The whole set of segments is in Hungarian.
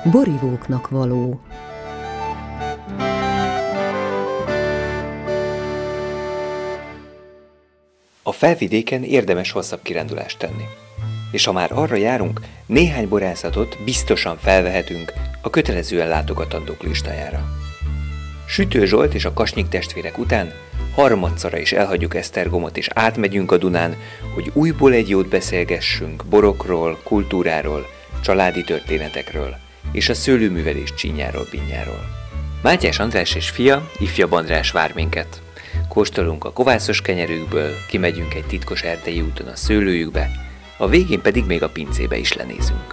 Borivóknak való. A felvidéken érdemes hosszabb kirándulást tenni. És ha már arra járunk, néhány borászatot biztosan felvehetünk a kötelezően látogatandók listájára. Sütő Zsolt és a Kasnyik testvérek után harmadszorra is elhagyjuk Esztergomot és átmegyünk a Dunán, hogy újból egy jót beszélgessünk borokról, kultúráról, családi történetekről és a szőlőművelés csínyáról, binnyáról. Mátyás András és fia, ifjabb András vár minket. Kóstolunk a kovászos kenyerükből, kimegyünk egy titkos erdei úton a szőlőjükbe, a végén pedig még a pincébe is lenézünk.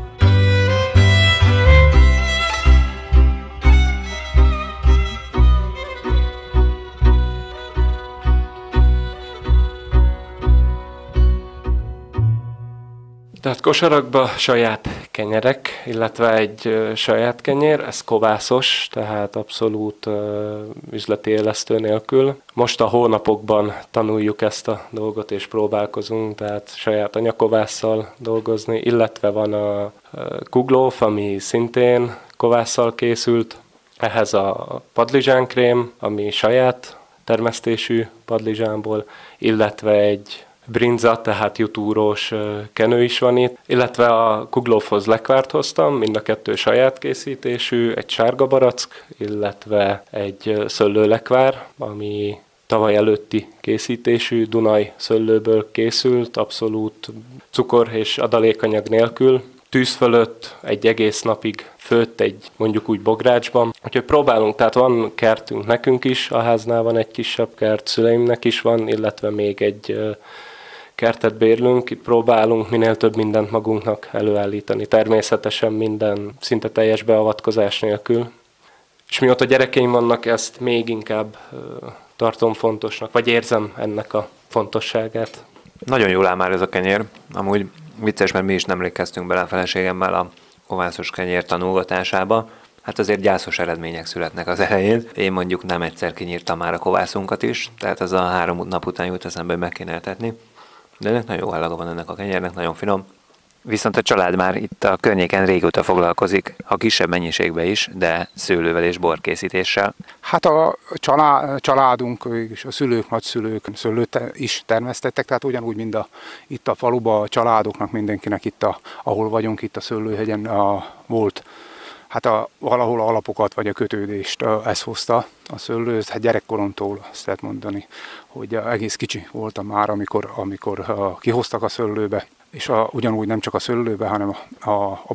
Tehát kosarakba saját kenyerek, illetve egy saját kenyér, ez kovászos, tehát abszolút üzleti élesztő nélkül. Most a hónapokban tanuljuk ezt a dolgot és próbálkozunk, tehát saját anyakovásszal dolgozni, illetve van a kuglóf, ami szintén kovásszal készült. Ehhez a padlizsánkrém, ami saját termesztésű padlizsánból, illetve egy brinza, tehát jutúrós kenő is van itt, illetve a kuglófhoz lekvárt hoztam, mind a kettő saját készítésű, egy sárga barack, illetve egy szőlőlekvár, ami tavaly előtti készítésű Dunai szőlőből készült, abszolút cukor és adalékanyag nélkül. Tűz fölött egy egész napig főtt egy mondjuk úgy bográcsban. Úgyhogy próbálunk, tehát van kertünk nekünk is, a háznál van egy kisebb kert, szüleimnek is van, illetve még egy kertet bérlünk, itt próbálunk minél több mindent magunknak előállítani. Természetesen minden szinte teljes beavatkozás nélkül. És mióta gyerekeim vannak, ezt még inkább tartom fontosnak, vagy érzem ennek a fontosságát. Nagyon jól áll már ez a kenyér. Amúgy vicces, mert mi is nemrég kezdtünk bele a feleségemmel a kovászos kenyér tanulgatásába. Hát azért gyászos eredmények születnek az elején. Én mondjuk nem egyszer kinyírtam már a kovászunkat is, tehát az a 3 nap után jut eszembe, hogy meg kéne etetni. De ennek nagyon jó állaga van ennek a kenyérnek, nagyon finom. Viszont a család már itt a környéken régóta foglalkozik, ha kisebb mennyiségben is, de szőlővel és borkészítéssel. Hát a családunk és a szülők, nagyszülők szőlőt is termesztettek, tehát ugyanúgy, mint itt a faluban a családoknak, mindenkinek itt, ahol vagyunk, itt a Szőlőhegyen volt. Hát valahol alapokat vagy a kötődést ez hozta a szőlőhöz. Hát gyerekkoromtól azt lehet mondani, hogy egész kicsi voltam már, amikor kihoztak a szőlőbe. És ugyanúgy nem csak a szőlőbe, hanem a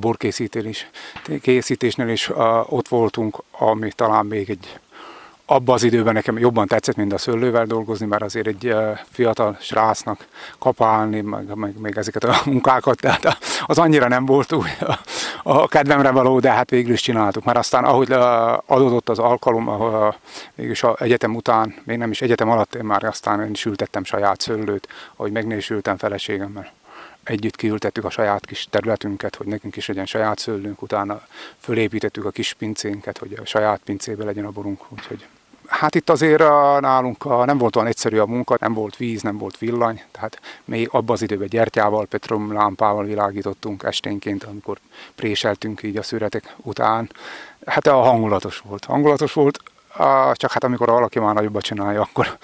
borkészítésnél is ott voltunk, ami talán még abban az időben nekem jobban tetszett, mint a szőlővel dolgozni, mert azért egy fiatal srácnak kapálni, meg még ezeket a munkákat, tehát az annyira nem volt úgy a kedvemre való, de hát végül is csináltuk. Mert aztán ahogy adódott az alkalom, mégis az egyetem után, még nem is egyetem alatt, én már aztán én is ültettem saját szőlőt, ahogy megnősültem feleségemmel. Együtt kiültettük a saját kis területünket, hogy nekünk is legyen saját szőlőnk, utána fölépítettük a kis pincénket, hogy a saját pincébe legyen a borunk. Úgyhogy hát itt azért nálunk nem volt olyan egyszerű a munka, nem volt víz, nem volt villany, tehát még abban az időben gyertyával, petromlámpával világítottunk esténként, amikor préseltünk így a szüretek után. Hát hangulatos volt. Csak hát amikor valaki már nagyobbat csinálja, akkor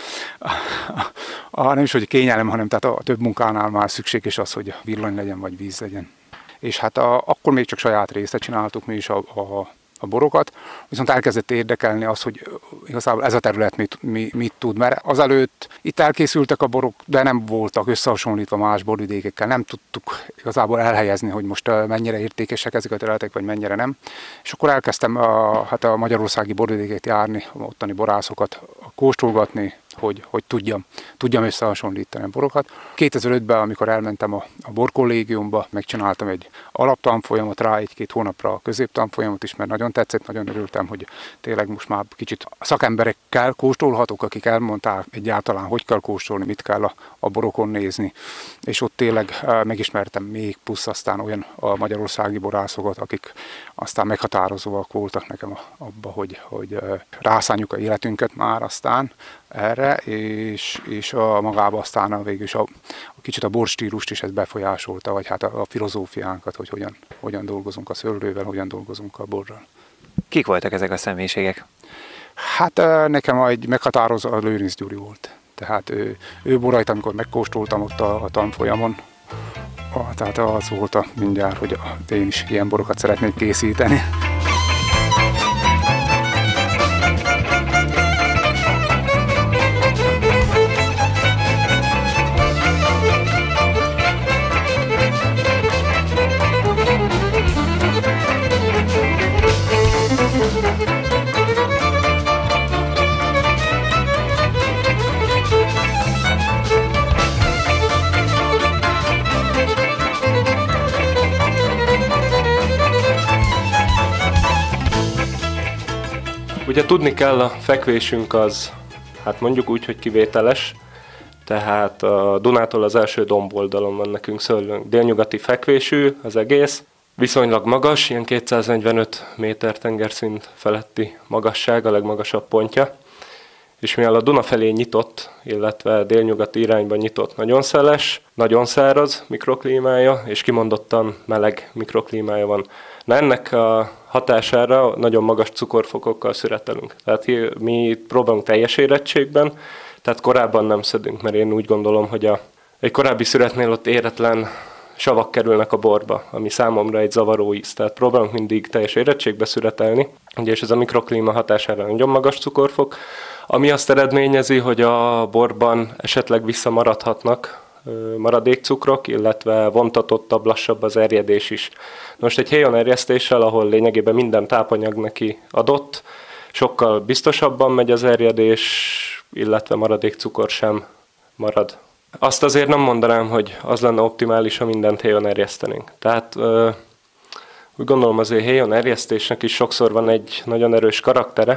nem is, hogy kényelem, hanem tehát a több munkánál már szükséges az, hogy villany legyen, vagy víz legyen. És hát akkor még csak saját részt csináltuk mi is a borokat, viszont elkezdett érdekelni az, hogy igazából ez a terület mit tud, mert azelőtt itt elkészültek a borok, de nem voltak összehasonlítva más borvidékekkel, nem tudtuk igazából elhelyezni, hogy most mennyire értékesek ezek a területek, vagy mennyire nem. És akkor elkezdtem a magyarországi borvidéket járni, ottani borászokat kóstolgatni, hogy tudjam összehasonlítani a borokat. 2005-ben, amikor elmentem a borkollégiumba, megcsináltam egy alaptanfolyamot, rá 1-2 hónapra a középtanfolyamot is, mert nagyon tetszett, nagyon örültem, hogy tényleg most már kicsit szakemberekkel kóstolhatok, akik elmondták egyáltalán, hogy kell kóstolni, mit kell a borokon nézni. És ott tényleg megismertem még plusz aztán olyan a magyarországi borászokat, akik aztán meghatározóak voltak nekem abba, hogy rászánjuk a életünket már aztán erre. erre, és magába aztán végül is kicsit a borstílust is ez befolyásolta, vagy hát a filozófiánkat, hogy hogyan dolgozunk a szőlővel, hogyan dolgozunk a borral. Kik voltak ezek a személyiségek? Hát nekem egy meghatározó a Lőrinc Gyuri volt. Tehát ő borait, amikor megkóstoltam ott a tanfolyamon, tehát az volt mindjárt, hogy én is ilyen borokat szeretnék készíteni. Ugye tudni kell, a fekvésünk az, hát mondjuk úgy, hogy kivételes, tehát a Dunától az első domboldalon van nekünk szőlőnk. Délnyugati fekvésű az egész, viszonylag magas, ilyen 245 méter tengerszint feletti magasság, a legmagasabb pontja. És mivel a Duna felé nyitott, illetve délnyugati irányba nyitott, nagyon szeles, nagyon száraz mikroklímája, és kimondottan meleg mikroklímája van. Na ennek a hatására nagyon magas cukorfokokkal szüretelünk. Tehát mi próbálunk teljes érettségben, tehát korábban nem szedünk, mert én úgy gondolom, hogy egy korábbi szüretnél ott éretlen savak kerülnek a borba, ami számomra egy zavaró íz. Tehát próbálunk mindig teljes érettségbe szüretelni, ugye, és ez a mikroklíma hatására nagyon magas cukorfok, ami azt eredményezi, hogy a borban esetleg visszamaradhatnak maradékcukrok, illetve vontatottabb, lassabb az erjedés is. Most egy héjon erjesztéssel, ahol lényegében minden tápanyag neki adott, sokkal biztosabban megy az erjedés, illetve maradékcukor sem marad. Azt azért nem mondanám, hogy az lenne optimális, ha mindent héjon erjesztenénk. Tehát úgy gondolom azért héjon erjesztésnek is sokszor van egy nagyon erős karaktere,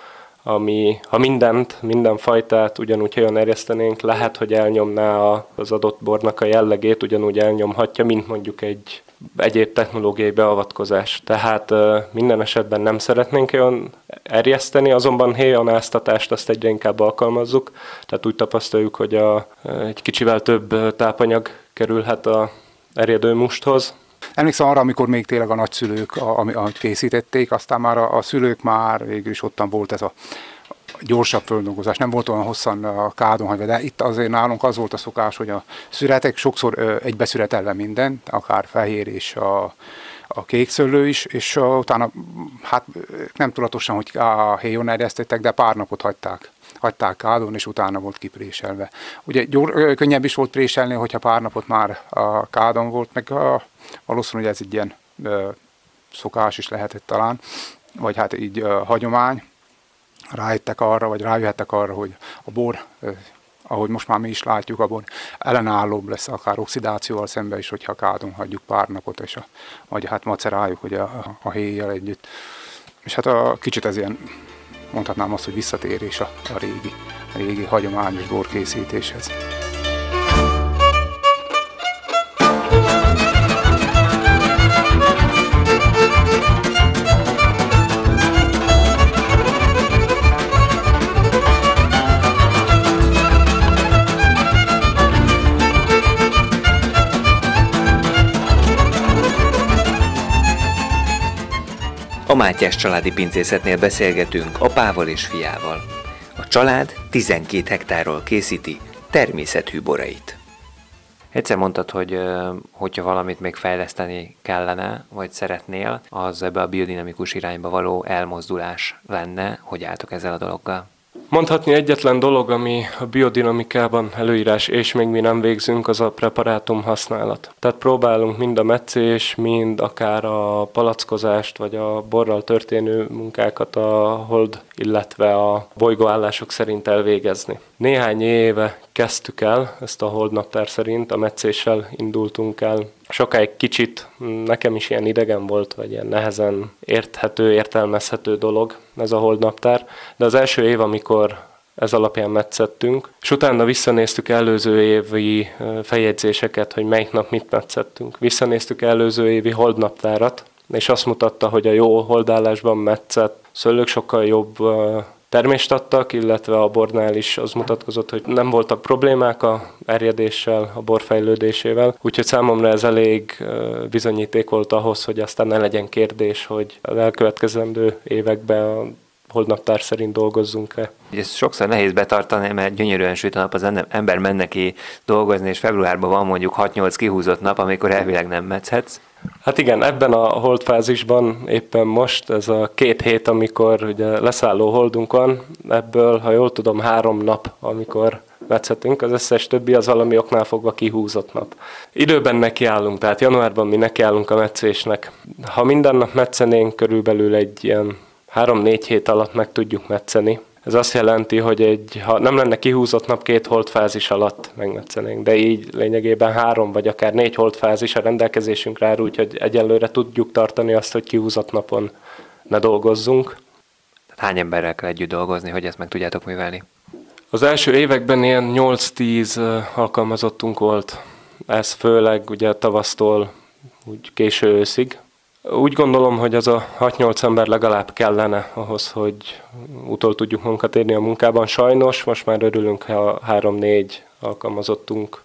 ami, ha minden fajtát ugyanúgy héjon erjesztenénk, lehet, hogy elnyomná az adott bornak a jellegét, ugyanúgy elnyomhatja, mint mondjuk egy egyéb technológiai beavatkozás. Tehát minden esetben nem szeretnénk héjon erjeszteni, azonban héjonáztatást azt egyre inkább alkalmazzuk, tehát úgy tapasztaljuk, hogy egy kicsivel több tápanyag kerülhet a erjedő musthoz. Emlékszem arra, amikor még tényleg a nagyszülők ahogy készítették, aztán már a szülők már végül is ottan volt ez a gyorsabb földolgozás, nem volt olyan hosszan a kádon hagyva, de itt azért nálunk az volt a szokás, hogy a szüretek sokszor egybeszüretelve minden, akár fehér és a kék szőlő is, és utána, hát nem tudatosan, hogy a héjon erjesztettek, de pár napot hagyták kádon, és utána volt kipréselve. Ugye könnyebb is volt préselni, hogyha pár napot már a kádon volt, meg valószínűleg ez egy ilyen szokás is lehetett talán, vagy hát így hagyomány. Rájöhettek arra, hogy a bor, ahogy most már mi is látjuk, a bor ellenállóbb lesz akár oxidációval szemben is, hogyha kádon hagyjuk pár napot, és vagy hát maceráljuk ugye a héjjel együtt. És hát kicsit ez ilyen, mondhatnám azt, hogy visszatérés a régi hagyományos borkészítéshez. A Mátyás családi pincészetnél beszélgetünk apával és fiával. A család 12 hektárról készíti természethű borait. Egyszer mondtad, hogy hogyha valamit még fejleszteni kellene, vagy szeretnél, az ebbe a biodinamikus irányba való elmozdulás lenne. Hogy álltok ezzel a dologgal? Mondhatni egyetlen dolog, ami a biodinamikában előírás, és még mi nem végzünk, az a preparátum használat. Tehát próbálunk mind a metszés, mind akár a palackozást, vagy a borral történő munkákat a hold, illetve a bolygóállások szerint elvégezni. Néhány éve kezdtük el ezt a holdnaptár szerint, a metszéssel indultunk el. Sokáig kicsit nekem is ilyen idegen volt, vagy ilyen nehezen érthető, értelmezhető dolog ez a holdnaptár, de az első év, amikor ez alapján metszettünk, és utána visszanéztük előző évi feljegyzéseket, hogy melyik nap mit metszettünk. Visszanéztük előző évi holdnaptárat, és azt mutatta, hogy a jó holdállásban metszett szőlők sokkal jobb termést adtak, illetve a bornál is az mutatkozott, hogy nem voltak problémák a erjedéssel, a bor fejlődésével. Úgyhogy számomra ez elég bizonyíték volt ahhoz, hogy aztán ne legyen kérdés, hogy az elkövetkezendő években a holdnaptár szerint dolgozzunk-e. Ez sokszor nehéz betartani, mert gyönyörűen süt a nap, az ember menne ki dolgozni, és februárban van mondjuk 6-8 kihúzott nap, amikor elvileg nem metszhetsz. Hát igen, ebben a holdfázisban éppen most, ez a 2 hét, amikor ugye leszálló holdunk van, ebből, ha jól tudom, 3 nap, amikor metszetünk, az összes többi az valami oknál fogva kihúzott nap. Időben nekiállunk, tehát januárban mi nekiállunk a metszésnek. Ha minden nap metszenénk, körülbelül egy ilyen 3-4 hét alatt meg tudjuk metszeni. Ez azt jelenti, hogy ha nem lenne kihúzott nap, 2 holdfázis alatt megmetszenénk, de így lényegében 3 vagy akár 4 holdfázis a rendelkezésünkre áll, úgyhogy egyelőre tudjuk tartani azt, hogy kihúzott napon ne dolgozzunk. Hány emberrel kell együtt dolgozni, hogy ezt meg tudjátok művelni? Az első években ilyen 8-10 alkalmazottunk volt. Ez főleg ugye tavasztól úgy késő őszig. Úgy gondolom, hogy az a 6-8 ember legalább kellene ahhoz, hogy utol tudjuk magunkat érni a munkában. Sajnos most már örülünk, ha 3-4 alkalmazottunk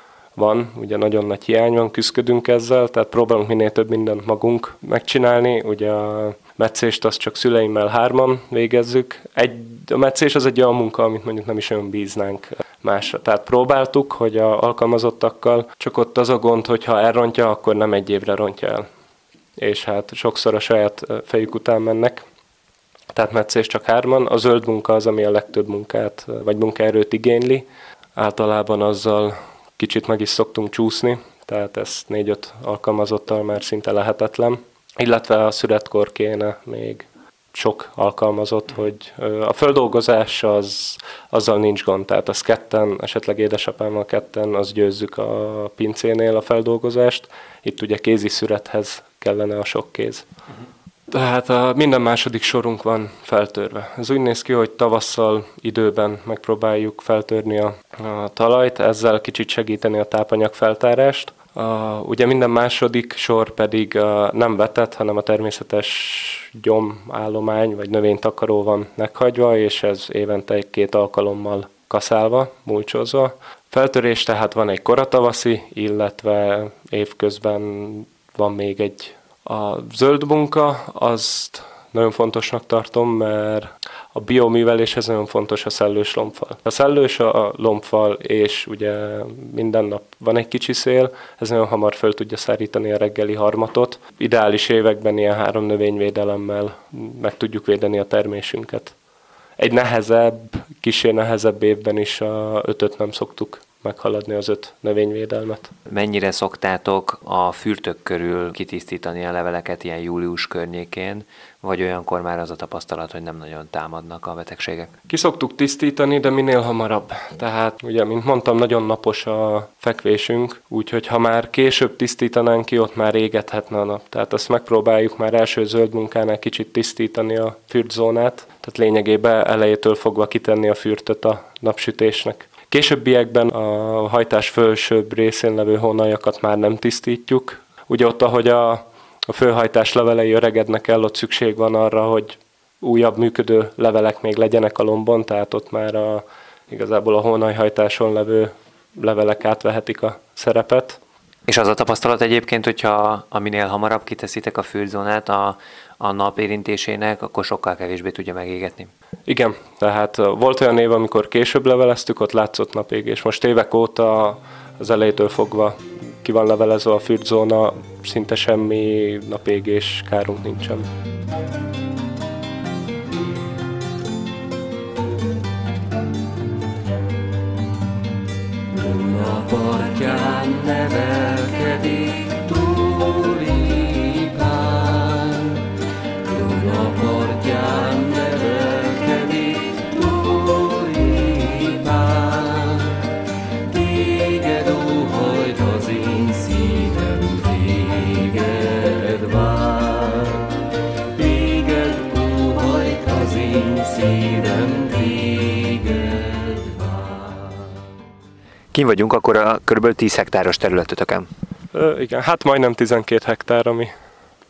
van, ugye nagyon nagy hiány van, küzdködünk ezzel, tehát próbálunk minél több mindent magunk megcsinálni. Ugye a metszést azt csak szüleimmel 3-an végezzük. A metszés az egy olyan munka, amit mondjuk nem is olyan bíznánk másra. Tehát próbáltuk, hogy a alkalmazottakkal, csak ott az a gond, hogy ha elrontja, akkor nem egy évre rontja el. És hát sokszor a saját fejük után mennek, tehát metszés csak 3-an. A zöld munka az, ami a legtöbb munkát, vagy munkaerőt igényli. Általában azzal kicsit meg is szoktunk csúszni, tehát ez 4-5 alkalmazottal már szinte lehetetlen. Illetve a születkor kéne még sok alkalmazott, hogy a földolgozás azzal nincs gond, tehát az ketten, esetleg édesapámmal ketten, az győzzük a pincénél a feldolgozást. Itt ugye kézi szürethez kellene a sok kéz. Tehát minden második sorunk van feltörve. Ez úgy néz ki, hogy tavasszal időben megpróbáljuk feltörni a talajt, ezzel kicsit segíteni a tápanyag feltárást. Ugye minden második sor pedig nem vetett, hanem a természetes gyomállomány vagy növénytakaró van meghagyva, és ez évente 2 alkalommal kaszálva, mulcsozva. Feltörés tehát van egy koratavaszi, illetve évközben van még egy. A zöld munka, azt nagyon fontosnak tartom, mert a bioműveléshez nagyon fontos a szellős lombfal. A szellős a lombfal, és ugye minden nap van egy kicsi szél, ez nagyon hamar föl tudja szárítani a reggeli harmatot. Ideális években ilyen 3 növényvédelemmel meg tudjuk védeni a termésünket. Egy nehezebb, kicsi nehezebb évben is a 5-öt nem szoktuk meghaladni, az 5 növényvédelmet. Mennyire szoktátok a fürtök körül kitisztítani a leveleket ilyen július környékén, vagy olyankor már az a tapasztalat, hogy nem nagyon támadnak a betegségek? Ki szoktuk tisztítani, de minél hamarabb. Tehát ugye, mint mondtam, nagyon napos a fekvésünk, úgyhogy ha már később tisztítanánk ki, ott már égethetne a nap. Tehát azt megpróbáljuk már első zöld munkánál kicsit tisztítani a fürtzónát, tehát lényegében elejétől fogva kitenni a fürtöt a napsütésnek. Későbbiekben a hajtás felsőbb részén levő hónaljakat már nem tisztítjuk. Ugye ott, ahogy a főhajtás levelei öregednek el, ott szükség van arra, hogy újabb működő levelek még legyenek a lombon, tehát ott már igazából a hónajhajtáson levő levelek átvehetik a szerepet. És az a tapasztalat egyébként, hogyha minél hamarabb kiteszitek a fürtzónát a nap érintésének, akkor sokkal kevésbé tudja megégetni. Igen, tehát volt olyan év, amikor később leveleztük, ott látszott napégés. Most évek óta az elejétől fogva ki van levelezve a fürtzóna, szinte semmi napégés kárunk nincsen. Duna partján nevelkedik tulipán, Duna partján nevelkedik tulipán, téged óhajt az én szívem, téged vár, téged óhajt az én szívem, téged vár. Kim vagyunk akkor a kb. 10 hektáros területötöken. Igen, hát majdnem 12 hektár, ami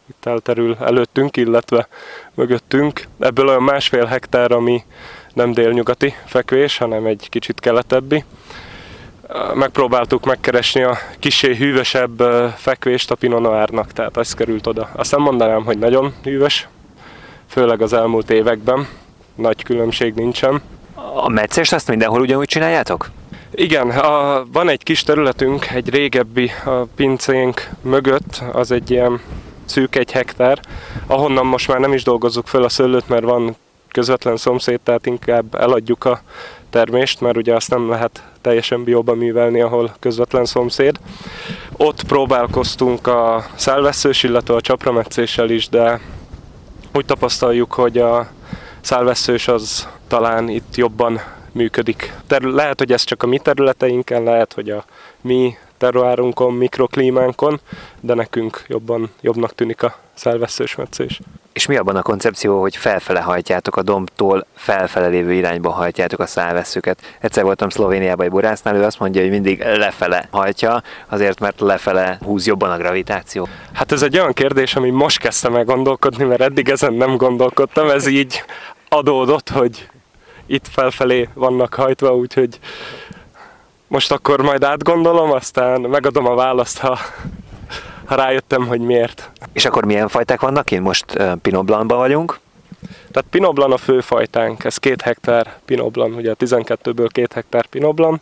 itt elterül előttünk, illetve mögöttünk. Ebből olyan 1,5 hektár, ami nem délnyugati fekvés, hanem egy kicsit keletebbi. Megpróbáltuk megkeresni a kissé hűvösebb fekvést a Pinot Noirnak, tehát az került oda. Azt nem mondanám, hogy nagyon hűvös, főleg az elmúlt években. Nagy különbség nincsen. A meccést azt mindenhol ugyanúgy csináljátok? Igen, van egy kis területünk, egy régebbi a pincénk mögött, az egy ilyen szűk 1 hektár, ahonnan most már nem is dolgozzuk föl a szőlőt, mert van közvetlen szomszéd, tehát inkább eladjuk a termést, mert ugye azt nem lehet teljesen bióba művelni, ahol közvetlen szomszéd. Ott próbálkoztunk a szálvesszős, illetve a csaprametszéssel is, de úgy tapasztaljuk, hogy a szálvesszős az talán itt jobban működik. Lehet, hogy ez csak a mi területeinken, lehet, hogy a mi terroárunkon, mikroklímánkon, de nekünk jobbnak tűnik a szálvesszős metszés. És mi abban a koncepció, hogy felfele hajtjátok a dombtól, felfele lévő irányba hajtjátok a szálvesszőket? Egyszer voltam Szlovéniában egy borásznál, ő azt mondja, hogy mindig lefele hajtja, azért mert lefele húz jobban a gravitáció. Hát ez egy olyan kérdés, ami most kezdtem el gondolkodni, mert eddig ezen nem gondolkodtam, ez így adódott, hogy itt felfelé vannak hajtva, úgyhogy most akkor majd átgondolom, aztán megadom a választ, ha rájöttem, hogy miért. És akkor milyen fajták vannak? Én most Pinot Blancban vagyunk. Tehát Pinot Blanc a fő fajtánk, ez 2 hektár Pinot Blanc, ugye a 12-ből 2 hektár Pinot Blanc.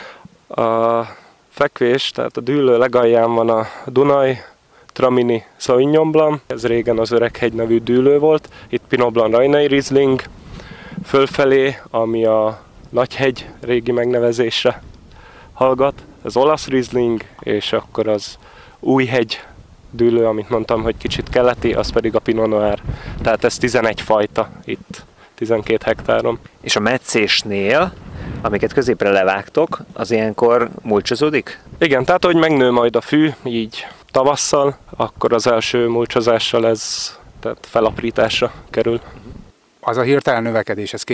A fekvés, tehát a dűlő legalján van a Dunaj Tramini Sauvignon Blanc, ez régen az Öreghegy nevű dűlő volt. Itt Pinot Blanc Rajnai Riesling, fölfelé, ami a Nagyhegy régi megnevezésre hallgat, ez olasz Riesling, és akkor az Újhegy dűlő, amit mondtam, hogy kicsit keleti, az pedig a Pinot Noir. Tehát ez 11 fajta itt, 12 hektáron. És a meccésnél, amiket középre levágtok, az ilyenkor mulcsozódik? Igen, tehát hogy megnő majd a fű, így tavasszal, akkor az első mulcsozással ez tehát felaprításra kerül. Az a hirtelen növekedés, ez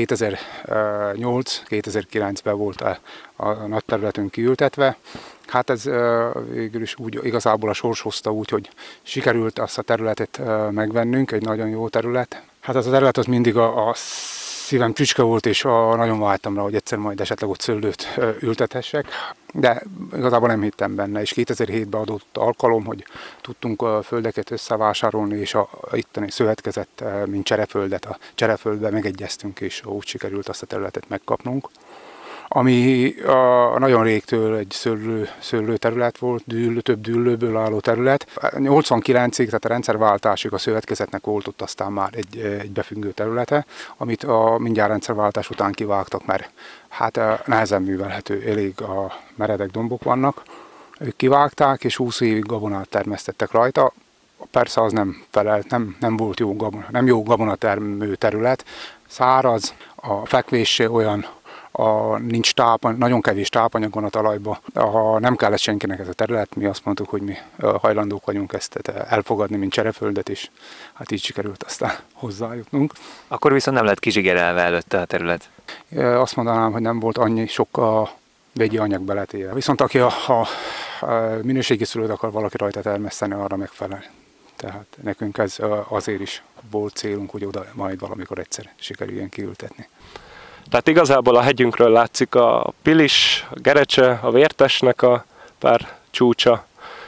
2008-2009-ben volt a nagy területünk kiültetve. Hát ez végül is úgy igazából a sors hozta úgy, hogy sikerült azt a területet megvennünk, egy nagyon jó terület. Hát az a terület az mindig a szívem csücske volt, és nagyon vártam rá, hogy egyszer majd esetleg ott szőlőt ültethessek. De igazából nem hittem benne, és 2007-ben adott alkalom, hogy tudtunk földeket összevásárolni, és a itteni szövetkezett, mint csereföldet, a csereföldbe megegyeztünk, és úgy sikerült azt a területet megkapnunk. Ami nagyon régtől egy szőlőterület volt, több dűlőből álló terület. 89-ig, tehát a rendszerváltásig a szövetkezetnek volt ott aztán már egy befüggő területe, amit mindjárt rendszerváltás után kivágtak, mert hát nehezen művelhető, elég a meredek dombok vannak. Ők kivágták, és 20 évig gabonát termesztettek rajta. Persze az nem felelt, nem volt jó gabonatermő terület. Száraz, a fekvés olyan, nincs nagyon kevés tápanyag van a talajban. Nem kellett senkinek ez a terület, mi azt mondtuk, hogy mi hajlandók vagyunk ezt elfogadni, mint csereföldet, és hát így sikerült aztán hozzájutnunk. Akkor viszont nem lett kizsigerelve előtte a terület? Azt mondanám, hogy nem volt annyi sok a vegyi anyag beletéve. Viszont aki a minőségi szülőt akar valaki rajta termeszteni, arra megfelel. Tehát nekünk ez azért is volt célunk, hogy oda majd valamikor egyszer sikerüljen kiültetni. Tehát igazából a hegyünkről látszik a Pilis, a Gerecse, a Vértesnek a pár csúcsa.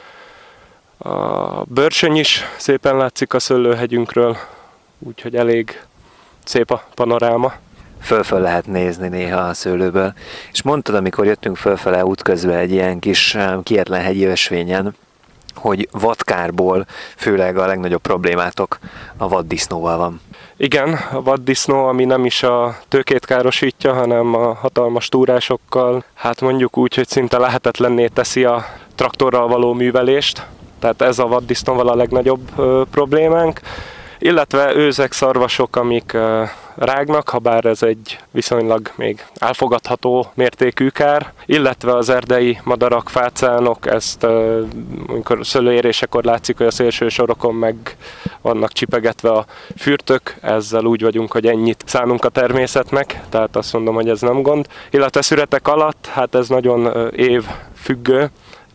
A Börsöny is szépen látszik a szőlőhegyünkről, úgyhogy elég szép a panoráma. Fölföl lehet nézni néha a szőlőből. És mondtad, amikor jöttünk fölfele útközben egy ilyen kis kietlen hegyi ösvényen, hogy vadkárból főleg a legnagyobb problémátok a vaddisznóval van. Igen, a vaddisznó, ami nem is a tőkét károsítja, hanem a hatalmas túrásokkal, hát mondjuk úgy, hogy szinte lehetetlenné teszi a traktorral való művelést. Tehát ez a vaddisznóval a legnagyobb problémánk. Illetve őzek, szarvasok, amik rágnak, ha bár ez egy viszonylag még elfogadható mértékű kár, illetve az erdei madarak, fácánok, ezt amikor szőlőérésekor látszik, hogy a szélső sorokon meg vannak csipegetve a fürtök, ezzel úgy vagyunk, hogy ennyit szánunk a természetnek, tehát azt mondom, hogy ez nem gond. Illetve szüretek alatt, hát ez nagyon évfüggő,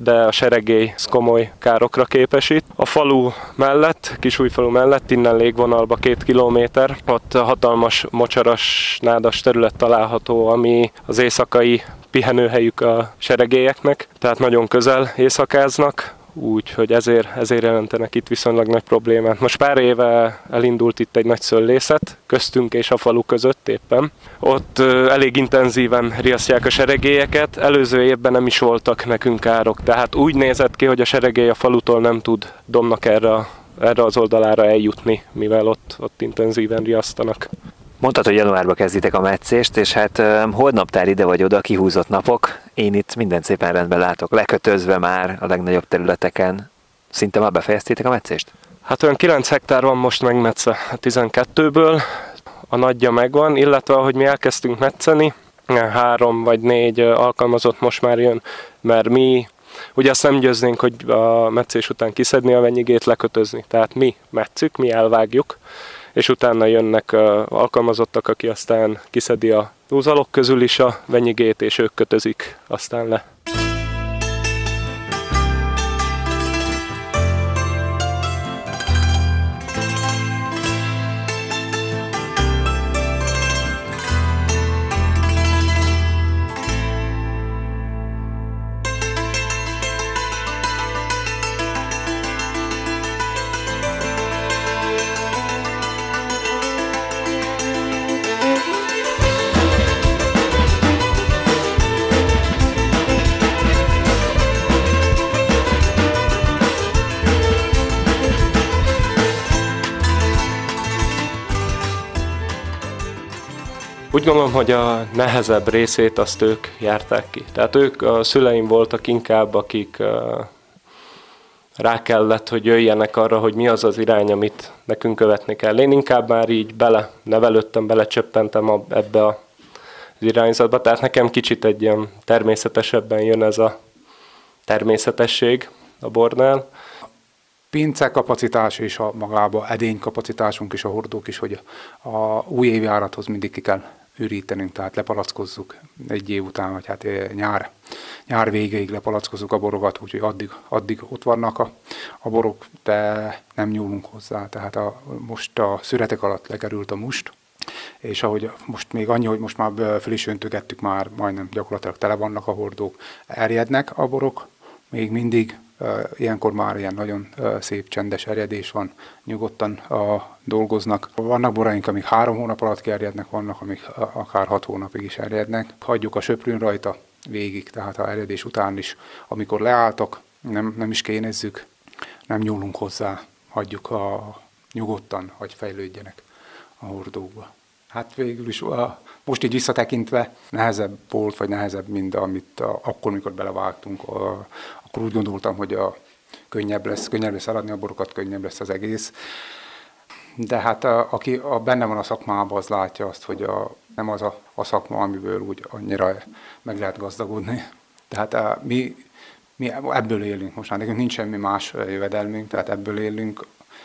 de a seregély komoly károkra képesít. A falu mellett, Kisújfalu mellett, innen légvonalba 2 kilométer, ott hatalmas mocsaras, nádas terület található, ami az éjszakai pihenőhelyük a seregélyeknek, tehát nagyon közel éjszakáznak, úgyhogy ezért jelentenek itt viszonylag nagy problémát. Most pár éve elindult itt egy nagy szőlészet, köztünk és a falu között éppen. Ott elég intenzíven riasztják a seregélyeket, előző évben nem is voltak nekünk károk, tehát úgy nézett ki, hogy a seregély a falutól nem tud Domnak erre az oldalára eljutni, mivel ott intenzíven riasztanak. Mondtad, hogy januárban kezditek a metszést, és hát holnaptár ide vagy oda, kihúzott napok. Én itt mindent szépen rendben látok, lekötözve már a legnagyobb területeken. Szinte már befejeztétek a metszést? Hát olyan 9 hektár van most megmetsze a 12-ből, a nagyja megvan, illetve ahogy mi elkezdtünk metszeni, 3 vagy 4 alkalmazott most már jön, mert mi ugye azt nem győznénk, hogy a metszés után kiszedni a venyigét, lekötözni. Tehát mi metszük, mi elvágjuk, és utána jönnek alkalmazottak, aki aztán kiszedi a húzalok közül is a venyigét, és ők kötözik aztán le. Úgy gondolom, hogy a nehezebb részét azt ők járták ki. Tehát ők, a szüleim voltak inkább, akik rá kellett, hogy jöjjenek arra, hogy mi az az irány, amit nekünk követni kell. Én inkább már így nevelődtem, belecsöppentem ebbe az irányzatba, tehát nekem kicsit egy ilyen természetesebben jön ez a természetesség a bornál. Pince kapacitás és a magába edény kapacitásunk is, a hordók is, hogy a újévi járathoz mindig ki kell ürítenünk, tehát lepalackozzuk egy év után, vagy hát nyár végéig lepalackozzuk a borokat, úgyhogy addig ott vannak a borok, de nem nyúlunk hozzá. Tehát most a szüretek alatt lekerült a must, és ahogy most még annyi, hogy most már fel is öntögettük, már majdnem gyakorlatilag tele vannak a hordók, erjednek a borok, még mindig. Ilyenkor már ilyen nagyon szép, csendes erjedés van, nyugodtan dolgoznak. Vannak boraink, amik 3 hónap alatt erjednek, vannak, amik akár 6 hónapig is erjednek. Hagyjuk a söprűn rajta végig, tehát a erjedés után is, amikor leálltak, nem is kénezzük, nem nyúlunk hozzá, hagyjuk nyugodtan, hogy fejlődjenek a hordókba. Hát végül is most így visszatekintve nehezebb volt, vagy nehezebb, mint amit akkor, mikor belevágtunk. Akkor úgy gondoltam, hogy könnyebb lesz eladni a borokat, könnyebb lesz az egész. De hát aki benne van a szakmában, az látja azt, hogy nem az a szakma, amiből úgy annyira meg lehet gazdagodni. Tehát mi ebből élünk most már, nekünk nincs semmi más jövedelmünk, tehát ebből élünk.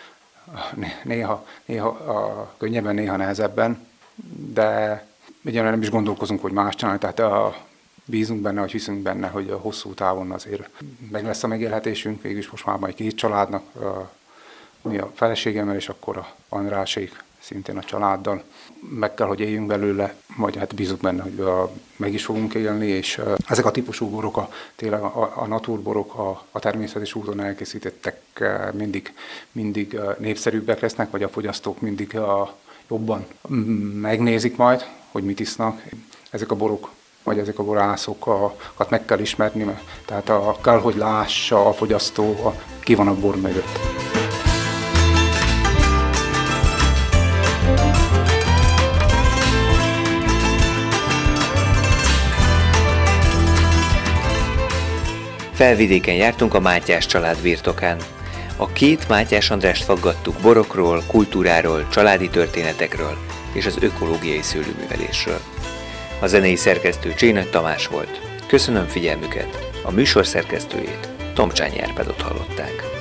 Néha könnyebben, néha nehezebben, de ugye nem is gondolkozunk, hogy más csinálni, tehát bízunk benne, vagy hiszünk benne, hogy a hosszú távon azért meg lesz a megélhetésünk, végülis most már majd 2 családnak, mi a feleségemmel, és akkor a Andrásék szintén a családdal. Meg kell, hogy éljünk belőle, vagy hát bízunk benne, hogy meg is fogunk élni, és ezek a típusú borok, tényleg a naturborok, a természetes úton elkészítettek mindig népszerűbbek lesznek, vagy a fogyasztók mindig jobban megnézik majd, hogy mit isznak. Ezek a borok, vagy ezek a borászokat meg kell ismerni, tehát kell, hogy lássa a fogyasztó, ki van a bor mögött. Felvidéken jártunk a Mátyás család birtokán. A 2 Mátyás Andrást faggattuk borokról, kultúráról, családi történetekről és az ökológiai szőlőművelésről. A zenei szerkesztő Csénagy Tamás volt. Köszönöm figyelmüket, a műsor szerkesztőjét, Tomcsányi Árpádot hallották.